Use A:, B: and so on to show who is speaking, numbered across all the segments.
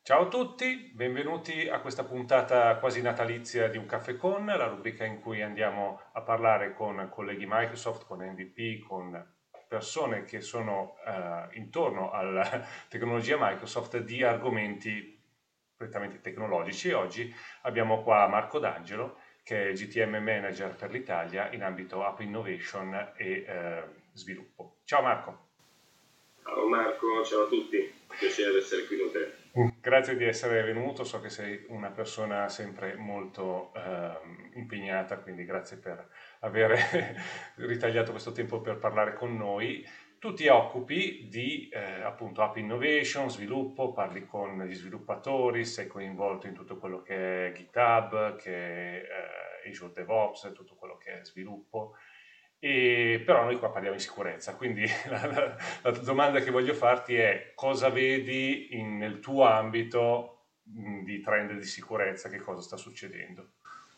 A: Ciao a tutti, benvenuti a questa puntata quasi natalizia di Un Caffè Con, la rubrica in cui andiamo a parlare con colleghi Microsoft, con MVP, con persone che sono intorno alla tecnologia Microsoft di argomenti prettamente tecnologici. Oggi abbiamo qua Marco D'Angelo, che è GTM Manager per l'Italia in ambito App Innovation e sviluppo. Ciao Marco.
B: Ciao Marco, ciao a tutti, piacere essere qui con te.
A: Grazie di essere venuto, so che sei una persona sempre molto impegnata, quindi grazie per aver ritagliato questo tempo per parlare con noi. Tu ti occupi di appunto App Innovation, sviluppo, parli con gli sviluppatori, sei coinvolto in tutto quello che è GitHub, che è Azure DevOps, tutto quello che è sviluppo. Però noi qua parliamo di sicurezza, quindi la domanda che voglio farti è cosa vedi nel tuo ambito di trend di sicurezza, che cosa sta succedendo?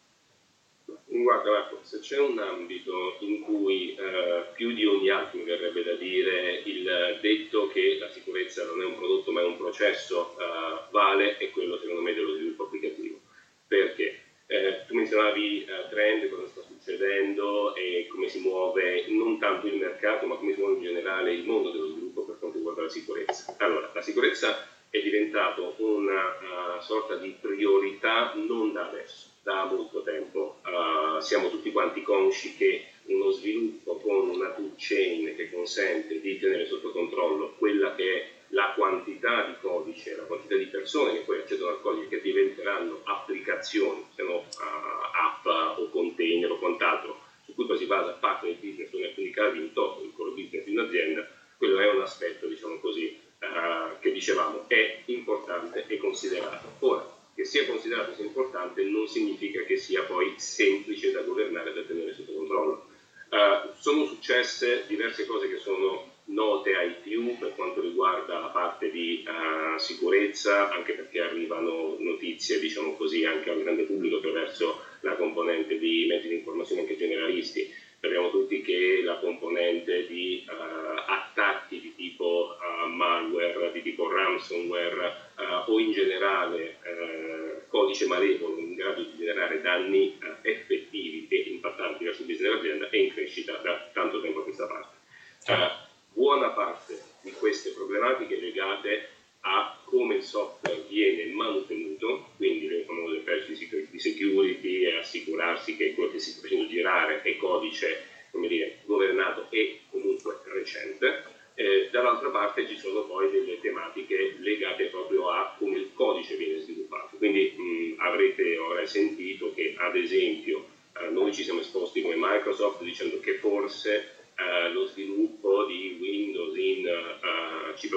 B: Guarda Marco, se c'è un ambito in cui più di ogni altro mi verrebbe da dire il detto che la sicurezza non è un prodotto ma è un processo vale, è quello secondo me dello sviluppo applicativo. Perché? Tu menzionavi trend, cosa sta succedendo e come si muove non tanto il mercato ma come si muove in generale il mondo dello sviluppo per quanto riguarda la sicurezza. Allora, la sicurezza è diventato una sorta di priorità non da adesso, da molto tempo. Siamo tutti quanti consci che uno sviluppo con una toolchain che consente di tenere sotto controllo quella che è la quantità di codice, la quantità di persone che poi accedono al codice, che diventeranno applicazioni, siano app o container o quant'altro, su cui poi si basa parte del business, o in alcuni casi il top, il core business di un'azienda. Quello è un aspetto, diciamo così, che dicevamo è importante e considerato. Ora, che sia considerato sia importante non significa che sia poi semplice da governare e da tenere sotto controllo. Sono successe diverse cose che sono note ai più per quanto riguarda la parte di sicurezza, anche perché arrivano notizie, diciamo così, anche al grande pubblico attraverso la componente di mezzi di informazione anche generalisti. Sappiamo tutti che la componente di attacchi di tipo malware, di tipo ransomware o in generale codice malevolo in grado di generare danni effettivi e impattanti verso il business dell'azienda è in crescita da tanto tempo a questa parte. Buona parte di queste problematiche legate a come il software viene mantenuto, quindi le famose patch di security e assicurarsi che quello che si sta facendo girare è codice, come dire, governato e comunque recente. Dall'altra parte ci sono poi delle tematiche legate proprio a come il codice viene sviluppato. Quindi avrete ora sentito che ad esempio noi ci siamo esposti come Microsoft dicendo che forse lo sviluppo di Windows in C++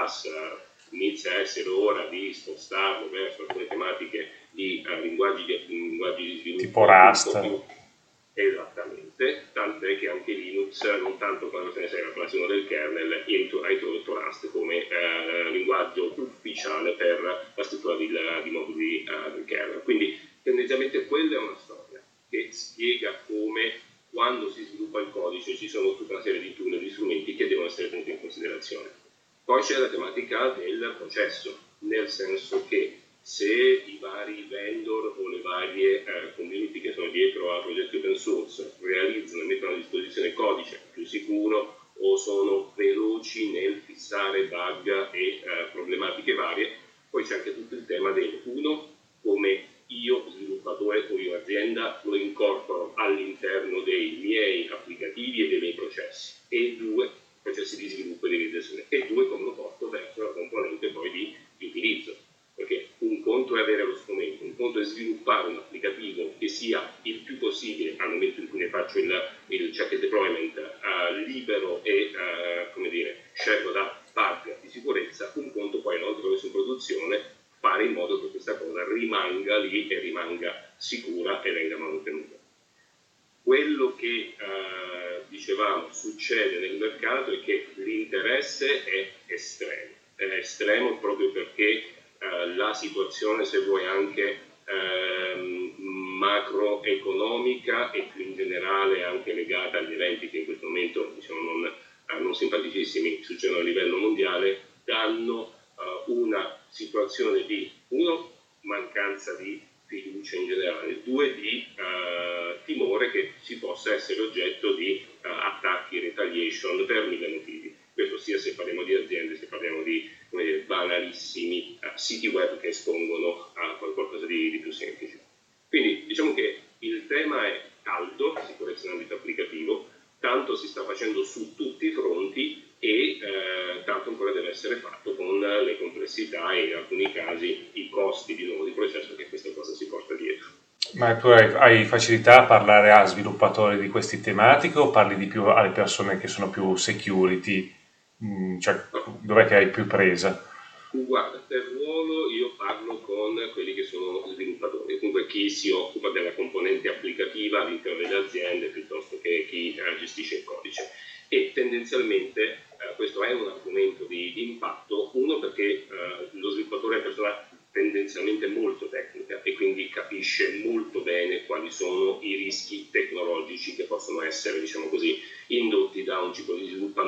B: inizia a essere ora di spostarlo verso alcune tematiche di linguaggi di sviluppo
A: Tipo Rust.
B: più. Esattamente, tant'è che anche Linux, non tanto quando se ne serve la classifica del kernel, ha introdotto Rust come linguaggio ufficiale per la struttura di moduli del kernel. Quindi tendenzialmente quella è una storia che spiega come quando si sviluppa il codice ci sono tutta una serie di tool e di strumenti che devono essere tenuti in considerazione. Poi c'è la tematica del processo, nel senso che se i vari vendor o le varie community che sono dietro a progetti open source realizzano e mettono a disposizione codice più sicuro o sono veloci nel fissare bug e problematiche varie, poi c'è anche tutto il tema del uno, come io sviluppatore o io azienda lo incorporo all'interno dei miei applicativi e dei miei processi, e due, processi di sviluppo e di realizzazione, e due, come lo porto verso la componente poi di utilizzo. Perché un conto è avere lo strumento, un conto è sviluppare un applicativo che sia il più possibile, al momento in cui ne faccio il check and deployment, libero e come dire, scelgo da bug di sicurezza. Un conto poi, una volta che l'ho messo in produzione, fare in modo che questa cosa rimanga lì e rimanga sicura e venga manutenuta. Quello che dicevamo succede nel mercato è che l'interesse è estremo proprio perché la situazione, se vuoi, anche macroeconomica e più in generale anche legata agli eventi che in questo momento, diciamo, non simpaticissimi succedono a livello mondiale, danno una situazione situazione di, uno, mancanza di fiducia in generale, due, di timore che si possa essere oggetto di attacchi, retaliation per mille motivi. Questo sia se parliamo di aziende, se parliamo di banalissimi siti web che espongono a qualcosa di più semplice. Quindi diciamo che il tema è caldo, sicurezza in ambito applicativo, tanto si sta facendo su tutti i fronti e tanto ancora deve essere fatto con le complessità e in alcuni casi i costi di nuovo di processo che questa cosa si porta dietro.
A: Ma tu hai facilità a parlare a sviluppatori di queste tematiche o parli di più alle persone che sono più security? Cioè, dov'è che hai più presa?
B: Guarda, per ruolo io parlo con quelli che sono sviluppatori, comunque chi si occupa della componente applicativa all'interno delle aziende piuttosto che chi gestisce il codice. E tendenzialmente questo è un argomento di impatto, uno perché lo sviluppatore è una persona tendenzialmente molto tecnica e quindi capisce molto bene quali sono i rischi tecnologici che possono essere, diciamo così, indotti da un ciclo di sviluppo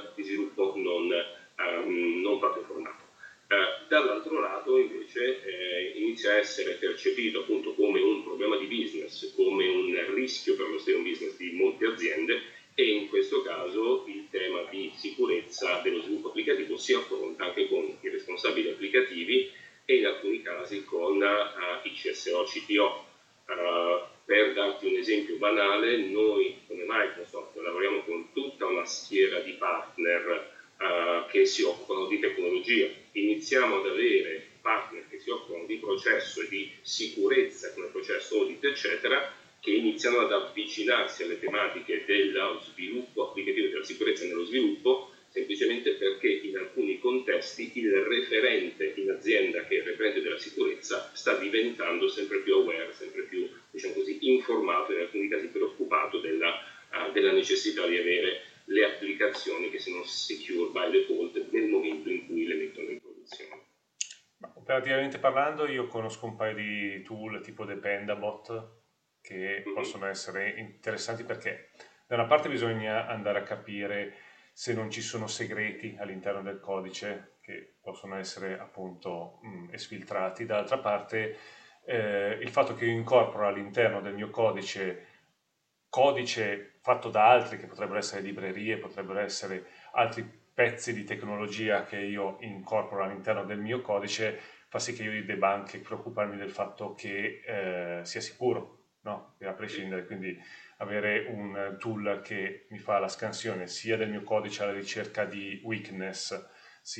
B: non proprio formato. Dall'altro lato invece inizia a essere percepito appunto come un problema di business, come un rischio per lo stesso business di molte aziende e in questo caso il tema di sicurezza dello sviluppo applicativo si affronta anche con i responsabili applicativi e in alcuni casi con i CSO, CTO. Per darti un esempio banale, noi come Microsoft lavoriamo con tutta una schiera di partner che si occupano di tecnologia. Iniziamo ad avere partner che si occupano di processo e di sicurezza come processo audit eccetera, che iniziano ad avvicinarsi alle tematiche dello sviluppo applicativo e della sicurezza nello sviluppo, semplicemente perché in alcuni contesti il referente in azienda, che è il referente della sicurezza, sta diventando sempre più aware, sempre più, diciamo così, informato, in alcuni casi preoccupato della necessità di avere le applicazioni che siano secure by default nel momento in cui le mettono in produzione.
A: Operativamente parlando, io conosco un paio di tool tipo Dependabot che possono essere interessanti perché da una parte bisogna andare a capire se non ci sono segreti all'interno del codice che possono essere appunto esfiltrati, dall'altra parte il fatto che io incorporo all'interno del mio codice fatto da altri, che potrebbero essere librerie, potrebbero essere altri pezzi di tecnologia che io incorporo all'interno del mio codice, fa sì che io debba anche preoccuparmi del fatto che sia sicuro, no? A prescindere, quindi avere un tool che mi fa la scansione sia del mio codice alla ricerca di weakness,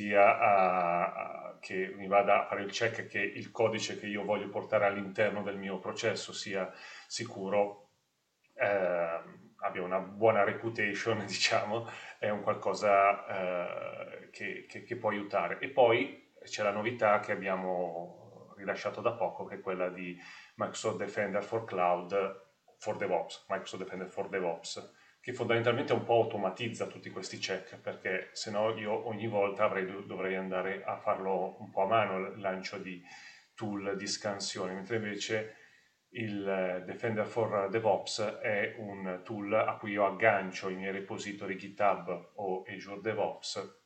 A: sia che mi vada a fare il check che il codice che io voglio portare all'interno del mio processo sia sicuro, abbia una buona reputation, diciamo, è un qualcosa che può aiutare. E poi c'è la novità che abbiamo rilasciato da poco, che è quella di Microsoft Defender for Cloud for DevOps, Microsoft Defender for DevOps, che fondamentalmente un po' automatizza tutti questi check, perché se no io ogni volta dovrei andare a farlo un po' a mano, il lancio di tool di scansione, mentre invece il Defender for DevOps è un tool a cui io aggancio i miei repository GitHub o Azure DevOps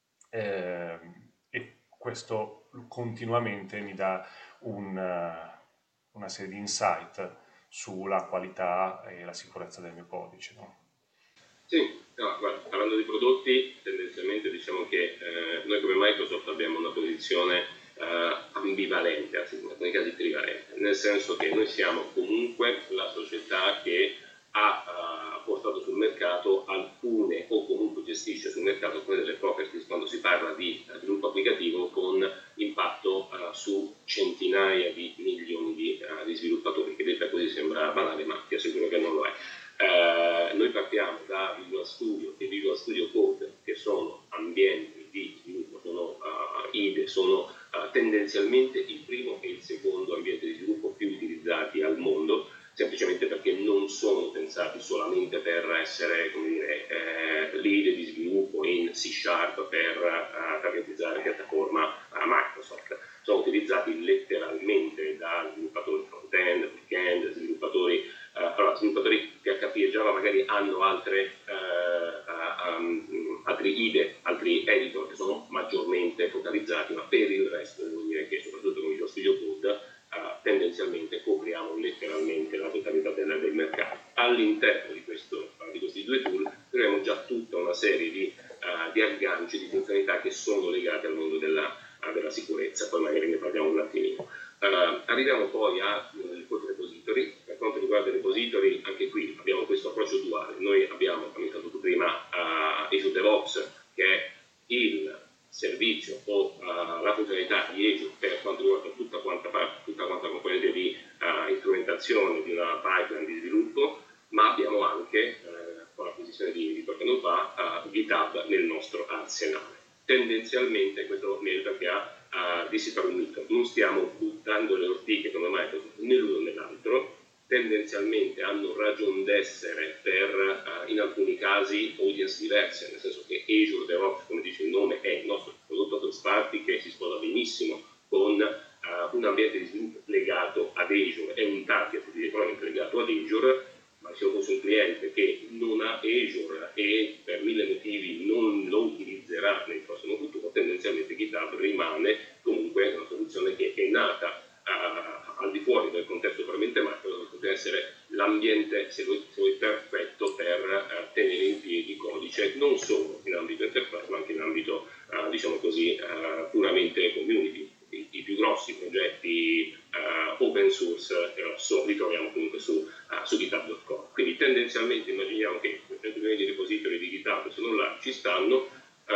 A: e questo continuamente mi dà una serie di insight sulla qualità e la sicurezza del mio codice, no?
B: Sì, no, guarda, parlando di prodotti, tendenzialmente diciamo che noi come Microsoft abbiamo una posizione ambivalente, anzi in alcuni casi trivalente, nel senso che noi siamo comunque la società che ha portato sul mercato alcune o comunque gestisce sul mercato alcune delle properties quando si parla di sviluppo applicativo con impatto su centinaia di milioni di sviluppatori, che detta così sembra banale ma ti assicuro che non lo è. Noi partiamo da Visual Studio e Visual Studio Code, che sono ambienti di sviluppo, sono IDE, sono tendenzialmente il primo e il secondo ambiente di sviluppo più utilizzati al mondo, semplicemente perché non sono pensati solamente per essere, come dire, l'IDE di sviluppo in C# per targetizzare la piattaforma Microsoft. Sono utilizzati letteralmente da sviluppatori front-end, back-end, sviluppatori PHP e Java magari hanno altri IDE, altri editor che sono maggiormente focalizzati, ma per il resto devo dire che soprattutto con Visual Studio Code tendenzialmente copriamo letteralmente la totalità del mercato. All'interno di questi due tool troviamo già tutta una serie di agganci, di funzionalità che sono legate al mondo della sicurezza, poi magari ne parliamo un attimino. Arriviamo poi al code repository. Per quanto riguarda i repository, anche qui abbiamo questo approccio duale. Noi abbiamo commentato tu prima Azure DevOps, che è il servizio o la funzionalità di Azure per quanto riguarda tutta quanta componente di strumentazione di una pipeline di sviluppo, ma abbiamo anche con l'acquisizione di qualche anno fa GitHub nel nostro arsenale. Tendenzialmente questo merita che ha dissipato un mito, non stiamo buttando le ortiche come Microsoft né l'uno né l'altro, tendenzialmente hanno ragion d'essere per in alcuni casi audience diverse, nel senso che Azure DevOps, come dice il nome, è il nostro prodotto first party che si sposa benissimo con un ambiente di sviluppo legato ad Azure e un target di deployment legato ad Azure, ma se io fosse un cliente che non ha Azure e per mille motivi non lo utilizzerà nel prossimo futuro, tendenzialmente GitHub rimane comunque una soluzione che è nata al di fuori del contesto puramente macro, potrebbe essere l'ambiente, se vuoi, perfetto per tenere in piedi codice, non solo in ambito enterprise, ma anche in ambito, diciamo così, puramente community. I più grossi progetti open source li troviamo comunque su github.com. Quindi tendenzialmente immaginiamo che i 100 milioni di repository di GitHub sono là, ci stanno,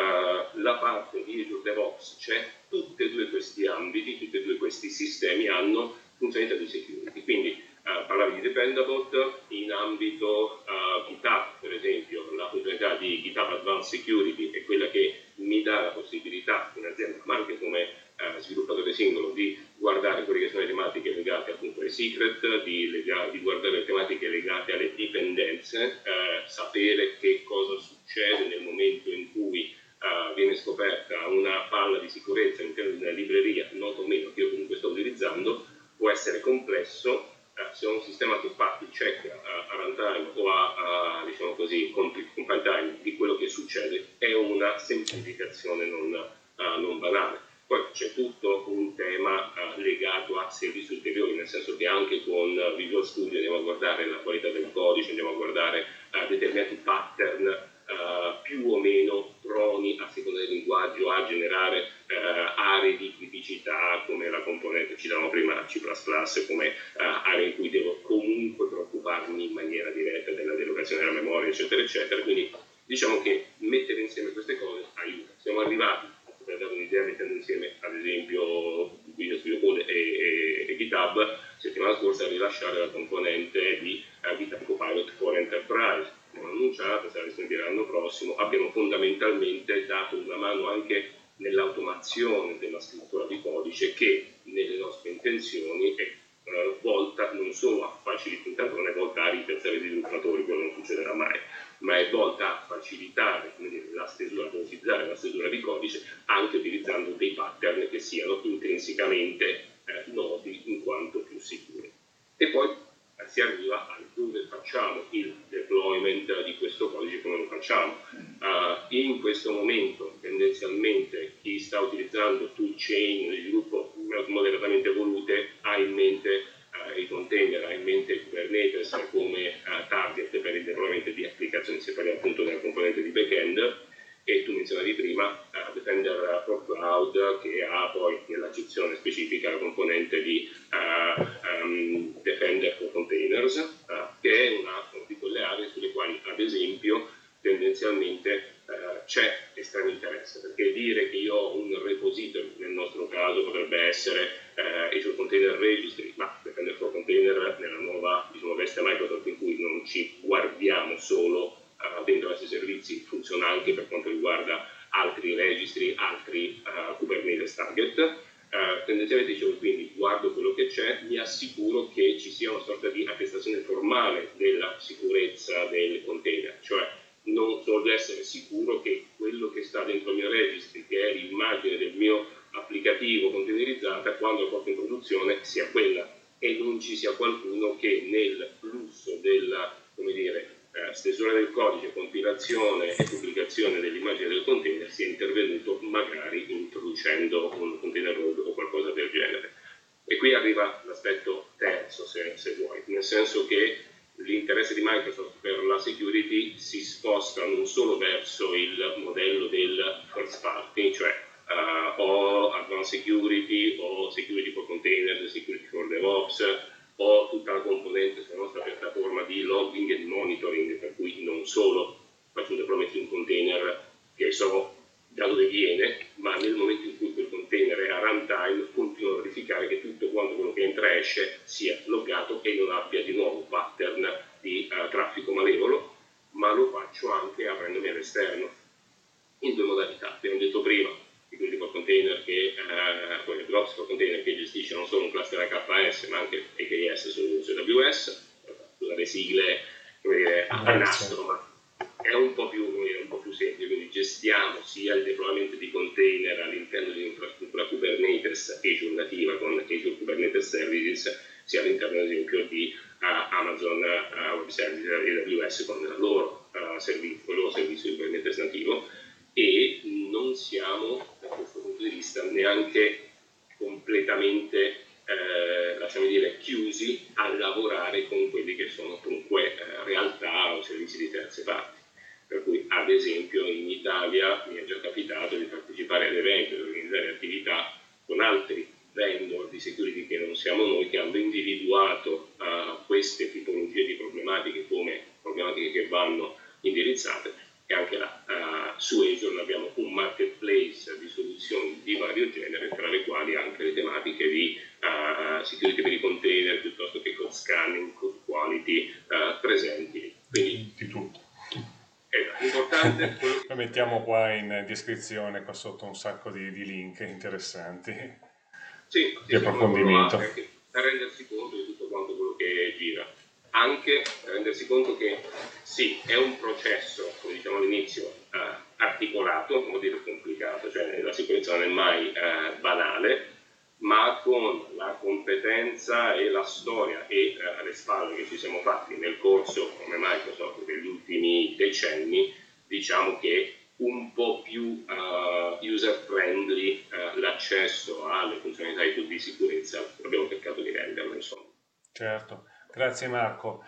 B: la parte di Azure DevOps c'è, tutti e due questi ambiti, tutti e due questi sistemi hanno funzionalità di security. Quindi parlavi di Dependabot, in ambito GitHub per esempio la funzionalità di GitHub Advanced Security è quella che mi dà la possibilità in azienda, ma anche come sviluppatore singolo, di guardare quelle che sono le tematiche legate appunto ai secret, di guardare le tematiche legate alle dipendenze, sapere che cosa succede nel momento in cui viene scoperta una falla di sicurezza all'interno di una libreria, nota o meno, che io comunque sto utilizzando, può essere complesso. Se ho un sistema che fa il check a runtime o diciamo così, compile time di quello che succede, è una semplificazione non banale. Poi c'è tutto un tema legato a servizi ulteriori, nel senso che anche con Visual Studio andiamo a guardare la qualità del codice, andiamo a guardare determinati pattern più o meno proni a seconda del linguaggio a generare aree di criticità come la componente, citavamo prima C++, come aree in cui devo comunque preoccuparmi in maniera diretta della delocazione della memoria, eccetera, eccetera. Quindi diciamo che mettere insieme queste cose aiuta. Siamo arrivati, per dare un'idea, mettendo insieme ad esempio Visual Studio Code e GitHub, settimana scorsa a rilasciare la componente di GitHub Copilot for Enterprise. Abbiamo annunciato, sarà disponibile l'anno prossimo. Abbiamo fondamentalmente dato una mano anche nell'automazione della scrittura di codice che nelle nostre intenzioni è volta non solo a facilitare, intanto non è volta a ripensare gli sviluppatori, quello non succederà mai, ma è volta a facilitare la stesura, a velocizzare la stesura di codice anche utilizzando dei pattern che siano intrinsecamente noti in quanto più sicuri. E poi si arriva a dove facciamo il deployment di questo codice, come lo facciamo. In questo momento tendenzialmente chi sta utilizzando toolchain di sviluppo moderatamente evolute ha in mente i container, ha in mente Kubernetes come target per il deployment di applicazioni, se parliamo appunto della componente di backend. E tu menzionavi prima Defender for Cloud, che ha poi nell'accezione specifica la componente di Defender for Containers, che è una di quelle aree sulle quali ad esempio tendenzialmente c'è estremo interesse, perché dire che io ho un repository, nel nostro caso potrebbe essere Azure Container Registry, ma Defender for Container nella nuova, diciamo, veste Microsoft, in cui non ci guardiamo solo dentro questi servizi, funziona anche per quanto riguarda altri registri, altri Kubernetes target. Tendenzialmente dicevo, quindi guardo quello che c'è, mi assicuro che ci sia una sorta di attestazione formale della sicurezza del container, cioè non voglio essere sicuro che quello che sta dentro il mio registry, che è l'immagine del mio applicativo containerizzata, quando lo porto in produzione sia quella, e non ci sia qualcuno che nel flusso della, come dire, stesura del codice, compilazione e pubblicazione dell'immagine del container sia intervenuto magari introducendo un container road o qualcosa del genere. E qui arriva l'aspetto terzo, se vuoi, nel senso che l'interesse di Microsoft per la security si sposta non solo verso il modello del first party, cioè o advanced security o security for containers, security for DevOps, o tutta la componente sulla nostra piattaforma di logging e di monitoring, per cui non solo faccio un deployment di un container che so da dove viene, ma nel momento in cui quel container è a runtime continuo a verificare che tutto quanto quello che entra e esce sia loggato e non abbia di nuovo pattern di traffico malevolo, ma lo faccio anche aprendomi all'esterno in due modalità. Abbiamo detto prima, security for container DevOps for container che gestisce non solo un cluster AKS ma anche AKS su AWS, usare sigle a nastro, ma è un po' più semplice, quindi gestiamo sia il deployment di container all'interno di un'infrastruttura Kubernetes Azure nativa con Azure Kubernetes Services, sia all'interno ad esempio di Amazon Web Services AWS con il loro servizio di Kubernetes nativo, e non siamo da questo punto di vista neanche completamente lasciami dire chiusi a lavorare con quelli che sono comunque realtà o servizi di terze parti. Per cui, ad esempio, in Italia mi è già capitato di partecipare ad eventi, di organizzare attività con altri vendor di security che non siamo noi, che hanno individuato queste tipologie di problematiche come problematiche che vanno indirizzate, e anche là su Azure abbiamo un marketplace di soluzioni di vario genere, tra le quali anche le tematiche di security per i container, piuttosto che code scanning, code quality presenti. Quindi,
A: di tutto.
B: Importante.
A: Lo mettiamo qua in descrizione, qua sotto un sacco di link interessanti di approfondimento.
B: Per rendersi conto di tutto quanto quello che gira. Anche per rendersi conto che sì, è un processo, come diciamo all'inizio, articolato, come dire complicato, cioè la sicurezza non è mai banale, ma con la competenza e la storia e le spalle che ci siamo fatti nel corso come Microsoft degli ultimi decenni, diciamo che un po' più user friendly l'accesso alle funzionalità di sicurezza abbiamo cercato di renderlo, insomma.
A: Certo, grazie Marco.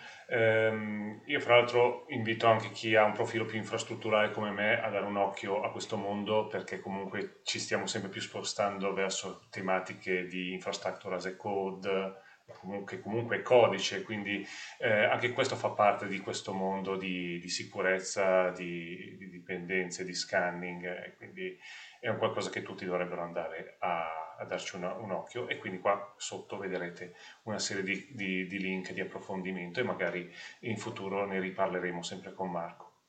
A: Io fra l'altro invito anche chi ha un profilo più infrastrutturale come me a dare un occhio a questo mondo, perché comunque ci stiamo sempre più spostando verso tematiche di infrastructure as a code, comunque codice, quindi anche questo fa parte di questo mondo di sicurezza, di dipendenze, di scanning, e quindi è un qualcosa che tutti dovrebbero andare a darci un occhio, e quindi qua sotto vedrete una serie di link di approfondimento, e magari in futuro ne riparleremo sempre con Marco.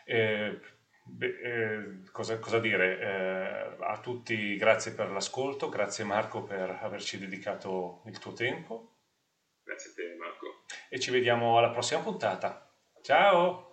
A: Cosa dire? A tutti grazie per l'ascolto, grazie Marco per averci dedicato il tuo tempo.
B: Grazie a te Marco.
A: E ci vediamo alla prossima puntata. Ciao!